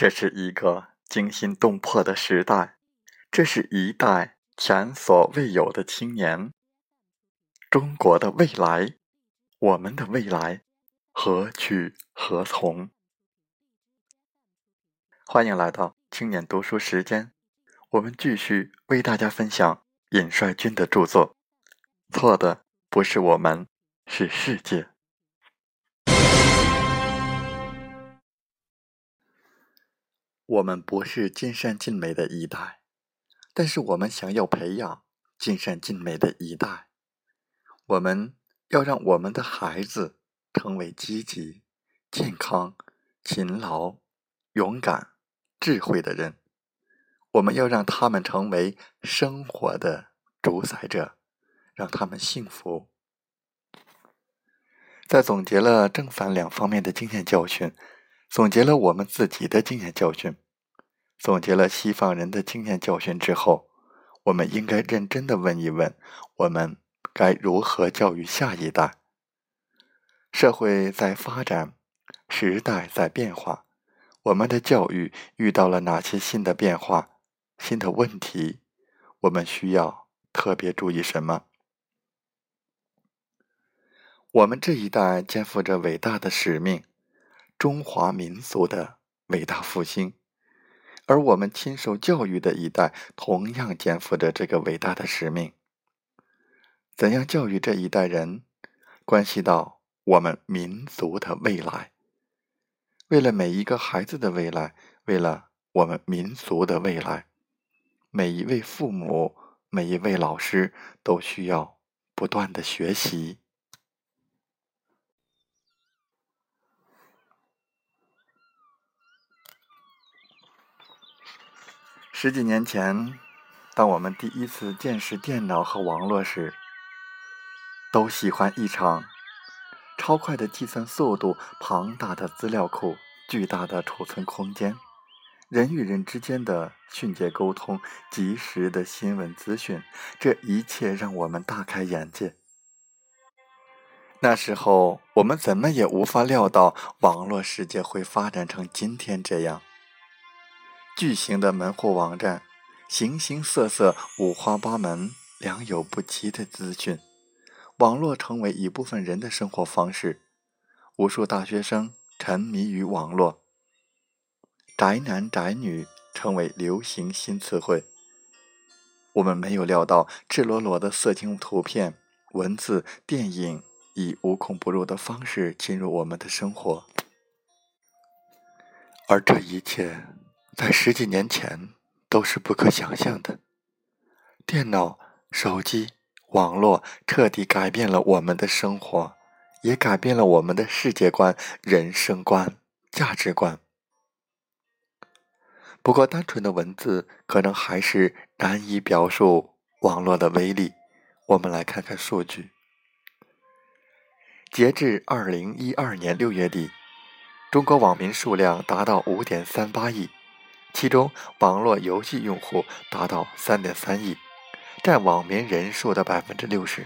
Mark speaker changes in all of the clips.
Speaker 1: 这是一个惊心动魄的时代，这是一代前所未有的青年。中国的未来，我们的未来，何去何从？欢迎来到青年读书时间，我们继续为大家分享尹帅君的著作。错的不是我们，是世界。我们不是尽善尽美的一代，但是我们想要培养尽善尽美的一代。我们要让我们的孩子成为积极、健康、勤劳、勇敢、智慧的人。我们要让他们成为生活的主宰者，让他们幸福。在总结了正反两方面的经验教训，总结了我们自己的经验教训，总结了西方人的经验教训之后，我们应该认真地问一问，我们该如何教育下一代？社会在发展，时代在变化，我们的教育遇到了哪些新的变化、新的问题？我们需要特别注意什么？我们这一代肩负着伟大的使命，中华民族的伟大复兴，而我们亲受教育的一代同样肩负着这个伟大的使命。怎样教育这一代人，关系到我们民族的未来。为了每一个孩子的未来，为了我们民族的未来，每一位父母，每一位老师都需要不断的学习。十几年前，当我们第一次见识电脑和网络时，都喜欢一场超快的计算速度、庞大的资料库、巨大的储存空间，人与人之间的迅捷沟通、及时的新闻资讯，这一切让我们大开眼界。那时候，我们怎么也无法料到网络世界会发展成今天这样。巨型的门户网站，形形色色、五花八门、良莠不齐的资讯，网络成为一部分人的生活方式。无数大学生沉迷于网络，宅男宅女成为流行新词汇。我们没有料到赤裸裸的色情图片、文字、电影以无孔不入的方式进入我们的生活，而这一切在十几年前都是不可想象的。电脑、手机、网络彻底改变了我们的生活，也改变了我们的世界观、人生观、价值观。不过单纯的文字可能还是难以表述网络的威力。我们来看看数据。截至2012年6月底，中国网民数量达到 5.38 亿，其中网络游戏用户达到 3.3 亿，占网民人数的 60%。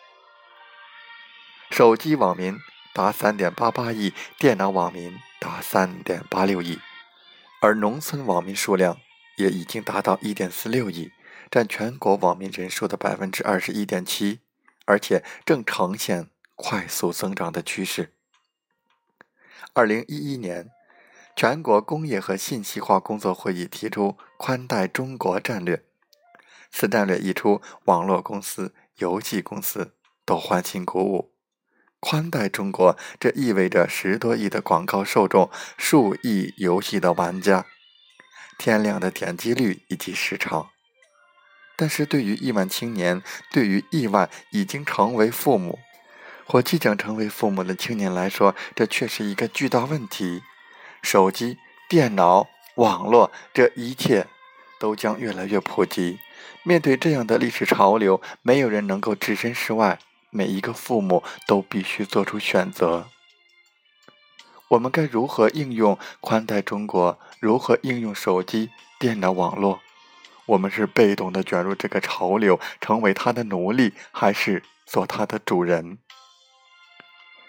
Speaker 1: 手机网民达 3.88 亿，电脑网民达 3.86 亿，而农村网民数量也已经达到 1.46 亿，占全国网民人数的 21.7%， 而且正呈现快速增长的趋势。2011年，全国工业和信息化工作会议提出宽带中国战略，此战略一出，网络公司、游戏公司都欢欣鼓舞。宽带中国，这意味着10多亿的广告受众，数亿游戏的玩家，天量的点击率以及市场。但是对于亿万青年，对于亿万已经成为父母或即将成为父母的青年来说，这却是一个巨大问题。手机、电脑、网络，这一切都将越来越普及。面对这样的历史潮流，没有人能够置身事外，每一个父母都必须做出选择。我们该如何应用宽带中国？如何应用手机、电脑、网络？我们是被动地卷入这个潮流，成为它的奴隶，还是做它的主人？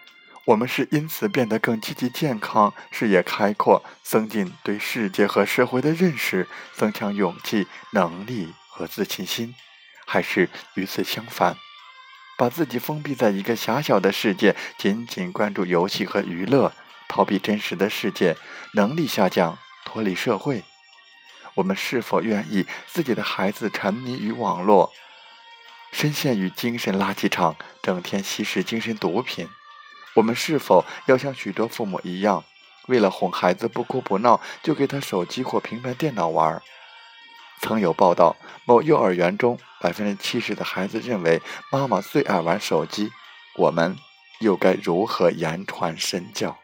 Speaker 1: 我们是因此变得更积极健康，视野开阔，增进对世界和社会的认识，增强勇气、能力和自信心，还是与此相反，把自己封闭在一个狭小的世界，仅仅关注游戏和娱乐，逃避真实的世界，能力下降，脱离社会？我们是否愿意自己的孩子沉迷于网络，深陷于精神垃圾场，整天吸食精神毒品？我们是否要像许多父母一样，为了哄孩子不哭不闹，就给他手机或平板电脑玩？曾有报道，某幼儿园中70%的孩子认为妈妈最爱玩手机，我们又该如何言传身教？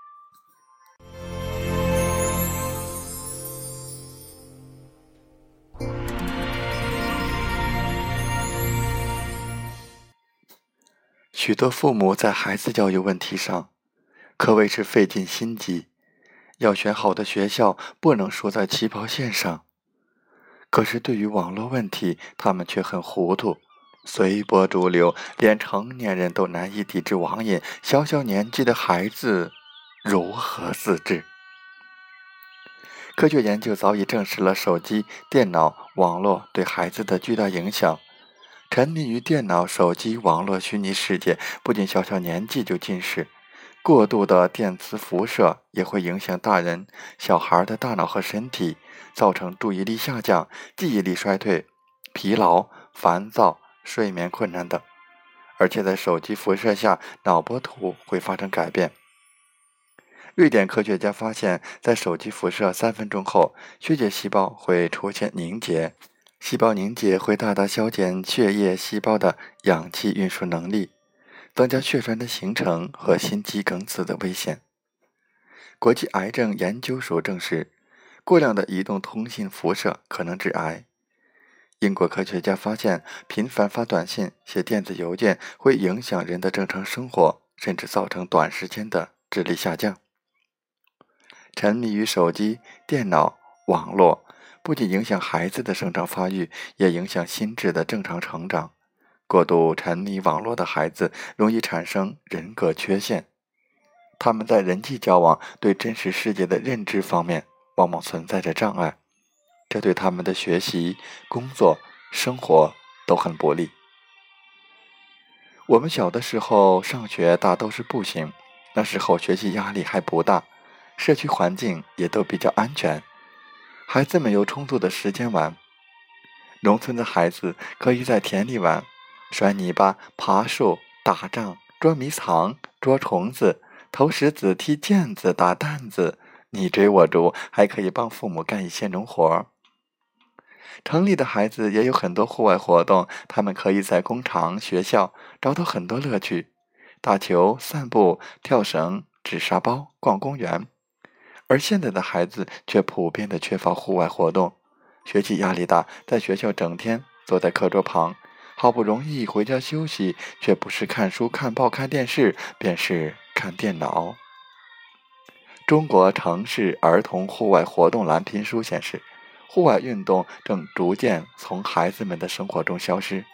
Speaker 1: 许多父母在孩子教育问题上可谓是费尽心机，要选好的学校不能输在起跑线上。可是对于网络问题，他们却很糊涂，随波逐流，连成年人都难以抵制网瘾，小小年纪的孩子如何自制？科学研究早已证实了手机、电脑、网络对孩子的巨大影响。沉迷于电脑、手机、网络虚拟世界，不仅小小年纪就近视，过度的电磁辐射也会影响大人、小孩的大脑和身体，造成注意力下降、记忆力衰退、疲劳、烦躁、睡眠困难等。而且在手机辐射下，脑波图会发生改变。瑞典科学家发现，在手机辐射3分钟后，血液细胞会出现凝结，细胞凝结会大大削减血液细胞的氧气运输能力，增加血栓的形成和心肌梗死的危险。国际癌症研究所证实，过量的移动通信辐射可能致癌。英国科学家发现，频繁发短信、写电子邮件会影响人的正常生活，甚至造成短时间的智力下降。沉迷于手机、电脑、网络，不仅影响孩子的生长发育，也影响心智的正常成长。过度沉迷网络的孩子容易产生人格缺陷，他们在人际交往、对真实世界的认知方面往往存在着障碍，这对他们的学习、工作、生活都很不利。我们小的时候上学大都是步行，那时候学习压力还不大，社区环境也都比较安全，孩子们有充足的时间玩。农村的孩子可以在田里玩，摔泥巴、爬树、打仗、捉迷藏、捉虫子、投石子、踢毽子、打弹子，你追我逐，还可以帮父母干一些农活。城里的孩子也有很多户外活动，他们可以在工厂、学校找到很多乐趣，打球、散步、跳绳、纸沙包、逛公园。而现在的孩子却普遍的缺乏户外活动，学习压力大，在学校整天坐在课桌旁，好不容易回家休息，却不是看书、看报、看电视，便是看电脑。中国城市儿童户外活动蓝皮书显示，户外运动正逐渐从孩子们的生活中消失。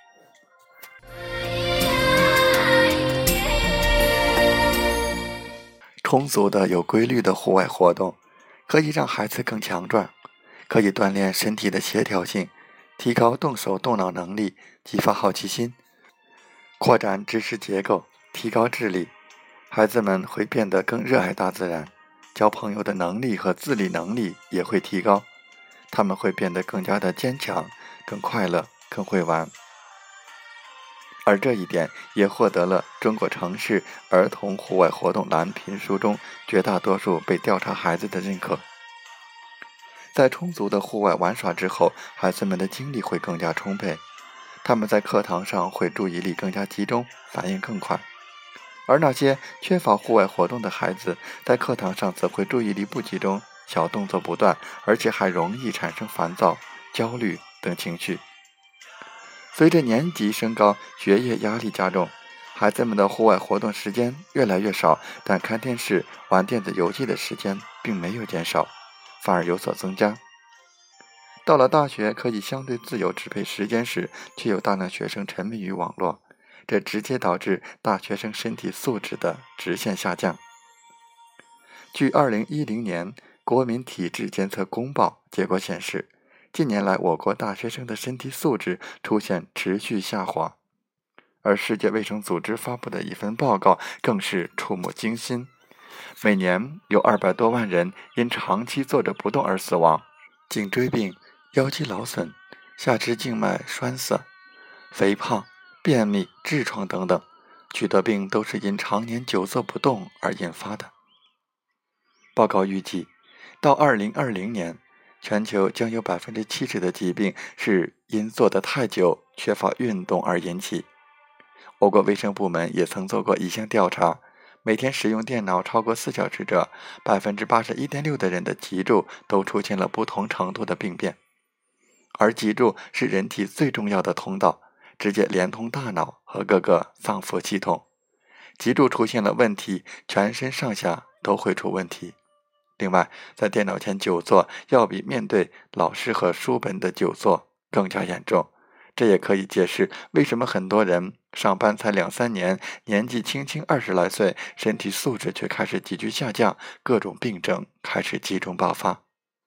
Speaker 1: 充足的、有规律的户外活动，可以让孩子更强壮，可以锻炼身体的协调性，提高动手动脑能力，激发好奇心，扩展知识结构，提高智力。孩子们会变得更热爱大自然，交朋友的能力和自理能力也会提高。他们会变得更加的坚强，更快乐，更会玩。而这一点也获得了中国城市儿童户外活动蓝皮书中绝大多数被调查孩子的认可。在充足的户外玩耍之后，孩子们的精力会更加充沛，他们在课堂上会注意力更加集中，反应更快。而那些缺乏户外活动的孩子，在课堂上则会注意力不集中，小动作不断，而且还容易产生烦躁、焦虑等情绪。随着年级升高，学业压力加重，孩子们的户外活动时间越来越少，但看电视、玩电子游戏的时间并没有减少，反而有所增加。到了大学，可以相对自由支配时间时，却有大量学生沉迷于网络， 这直接导致大学生身体素质的直线下降。据2010年国民体质监测公报结果显示，近年来我国大学生的身体素质出现持续下滑，而世界卫生组织发布的一份报告更是触目惊心，每年有200多万人因长期坐着不动而死亡，颈椎病、腰肌劳损、下肢静脉栓塞、肥胖、便秘、痔疮等等，许多病都是因常年久坐不动而引发的。报告预计，到2020年，全球将有70%的疾病是因坐得太久、缺乏运动而引起。我国卫生部门也曾做过一项调查，每天使用电脑超过4小时者，81.6%的人的脊柱都出现了不同程度的病变。而脊柱是人体最重要的通道，直接连通大脑和各个脏腑系统。脊柱出现了问题，全身上下都会出问题。另外，在电脑前久坐要比面对老师和书本的久坐更加严重，这也可以解释为什么很多人上班才2-3年，年纪轻轻20来岁，身体素质却开始急剧下降，各种病症开始集中爆发。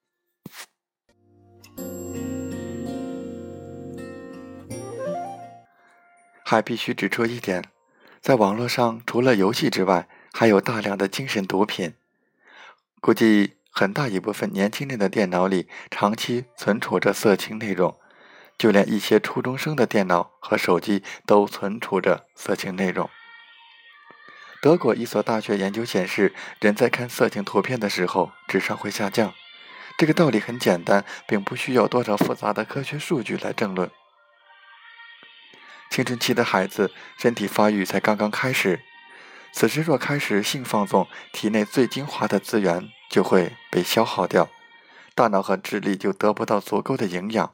Speaker 1: 还必须指出一点，在网络上除了游戏之外，还有大量的精神毒品。估计很大一部分年轻人的电脑里长期存储着色情内容，就连一些初中生的电脑和手机都存储着色情内容。德国一所大学研究显示，人在看色情图片的时候，智商会下降。这个道理很简单，并不需要多少复杂的科学数据来证论。青春期的孩子身体发育才刚刚开始，此时若开始性放纵，体内最精华的资源就会被消耗掉，大脑和智力就得不到足够的营养。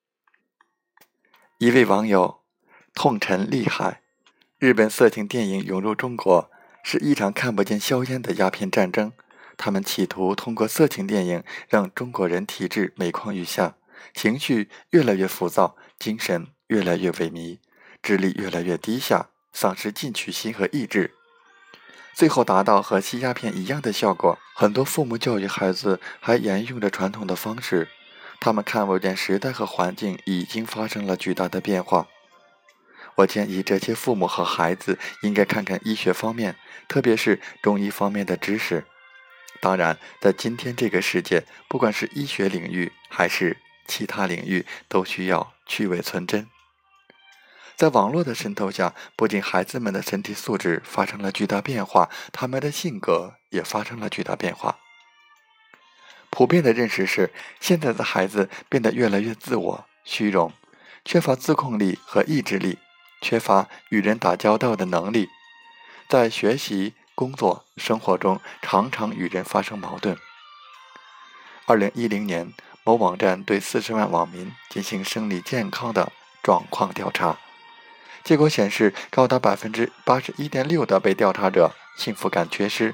Speaker 1: 一位网友痛陈厉害，日本色情电影涌入中国，是一场看不见硝烟的鸦片战争。他们企图通过色情电影让中国人体质每况愈下，情绪越来越浮躁，精神越来越萎靡，智力越来越低下，丧失进取心和意志，最后达到和吸鸦片一样的效果。很多父母教育孩子还沿用着传统的方式，他们看不见时代和环境已经发生了巨大的变化。我建议这些父母和孩子应该看看医学方面，特别是中医方面的知识。当然，在今天这个世界，不管是医学领域还是其他领域，都需要去伪存真。在网络的渗透下，不仅孩子们的身体素质发生了巨大变化，他们的性格也发生了巨大变化。普遍的认识是，现在的孩子变得越来越自我、虚荣，缺乏自控力和意志力，缺乏与人打交道的能力，在学习、工作、生活中常常与人发生矛盾。2010年，某网站对40万网民进行生理健康的状况调查，结果显示，高达81.6%的被调查者幸福感缺失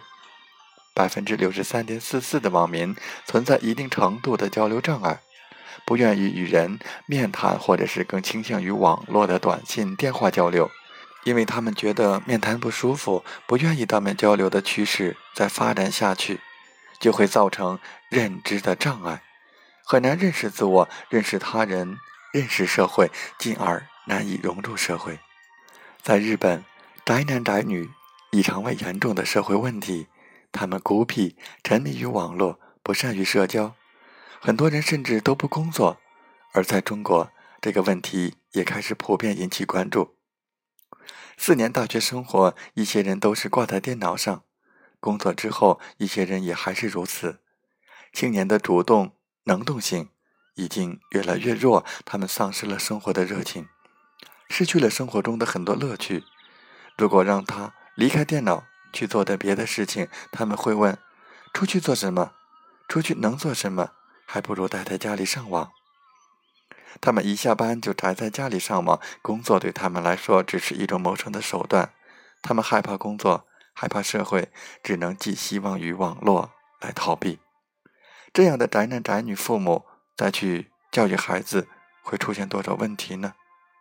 Speaker 1: ，63.44%的网民存在一定程度的交流障碍，不愿意与人面谈，或者是更倾向于网络的短信、电话交流，因为他们觉得面谈不舒服，不愿意当面交流的趋势再发展下去，就会造成认知的障碍，很难认识自我、认识他人、认识社会，进而难以融入社会。在日本，宅男宅女已成为严重的社会问题，他们孤僻，沉迷于网络，不善于社交，很多人甚至都不工作。而在中国，这个问题也开始普遍引起关注。4年大学生活，一些人都是挂在电脑上，工作之后，一些人也还是如此。青年的主动能动性已经越来越弱，他们丧失了生活的热情，失去了生活中的很多乐趣。如果让他离开电脑去做点别的事情，他们会问：出去做什么？出去能做什么？还不如待在家里上网。他们一下班就宅在家里上网，工作对他们来说只是一种谋生的手段。他们害怕工作，害怕社会，只能寄希望于网络来逃避。这样的宅男宅女父母再去教育孩子，会出现多少问题呢？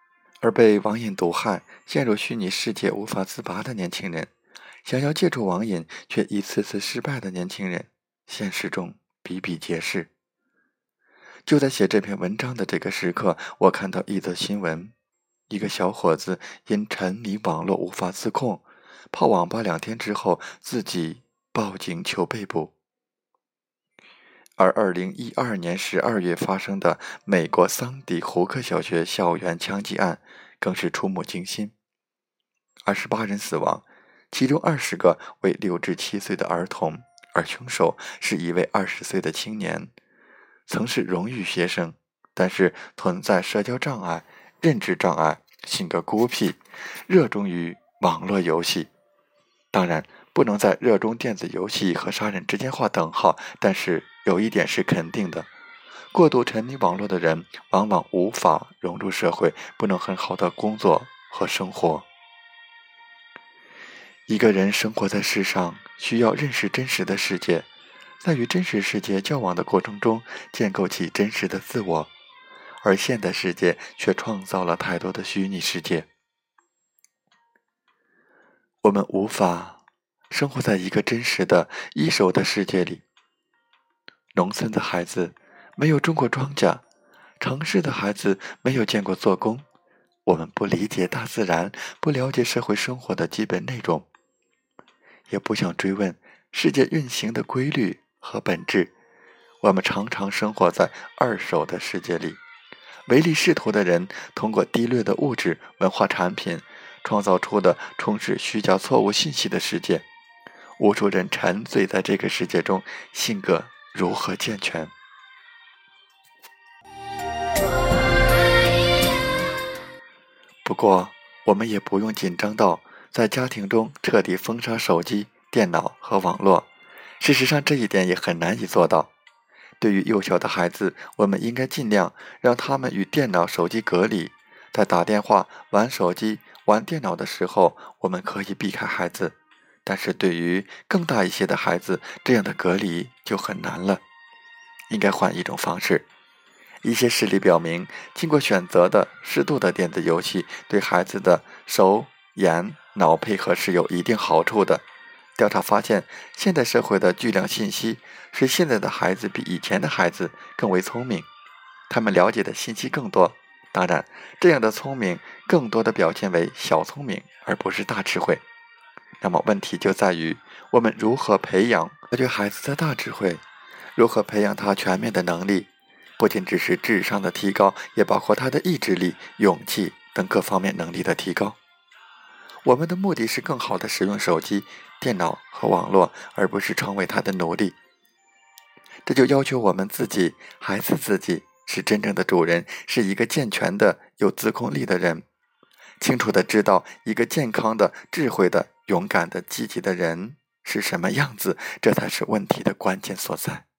Speaker 1: 而被网瘾毒害、陷入虚拟世界无法自拔的年轻人，想要戒除网瘾却一次次失败的年轻人，现实中比比皆是。就在写这篇文章的这个时刻，我看到一则新闻，一个小伙子因沉迷网络无法自控，泡网吧2天之后自己报警求被捕。而2012年12月发生的美国桑迪胡克小学校园枪击案更是触目惊心，28人死亡，其中20个为6至7岁的儿童，而凶手是一位20岁的青年，曾是荣誉学生，但是存在社交障碍、认知障碍，性格孤僻，热衷于网络游戏。当然，不能在热衷电子游戏和杀人之间画等号，但是有一点是肯定的，过度沉迷网络的人往往无法融入社会，不能很好的工作和生活。一个人生活在世上，需要认识真实的世界，在与真实世界交往的过程中建构起真实的自我，而现代世界却创造了太多的虚拟世界。我们无法生活在一个真实的一手的世界里。农村的孩子没有种过庄稼，城市的孩子没有见过做工，我们不理解大自然，不了解社会生活的基本内容，也不想追问世界运行的规律和本质。我们常常生活在二手的世界里，唯利是图的人通过低劣的物质文化产品创造出的充斥虚假错误信息的世界，无数人沉醉在这个世界中，性格如何健全？不过，我们也不用紧张到在家庭中彻底封杀手机、电脑和网络。事实上，这一点也很难以做到。对于幼小的孩子，我们应该尽量让他们与电脑、手机隔离。在打电话、玩手机、玩电脑的时候，我们可以避开孩子。但是对于更大一些的孩子，这样的隔离就很难了。应该换一种方式。一些实例表明，经过选择的适度的电子游戏对孩子的手、眼、脑配合是有一定好处的。调查发现，现代社会的巨量信息使现在的孩子比以前的孩子更为聪明，他们了解的信息更多。当然，这样的聪明更多的表现为小聪明，而不是大智慧。那么问题就在于，我们如何培养发掘孩子的大智慧，如何培养他全面的能力，不仅只是智商的提高，也包括他的意志力、勇气等各方面能力的提高。我们的目的是更好地使用手机、电脑和网络，而不是成为他的奴隶。这就要求我们自己，孩子自己是真正的主人，是一个健全的、有自控力的人，清楚地知道一个健康的、智慧的、勇敢的、积极的人是什么样子，这才是问题的关键所在。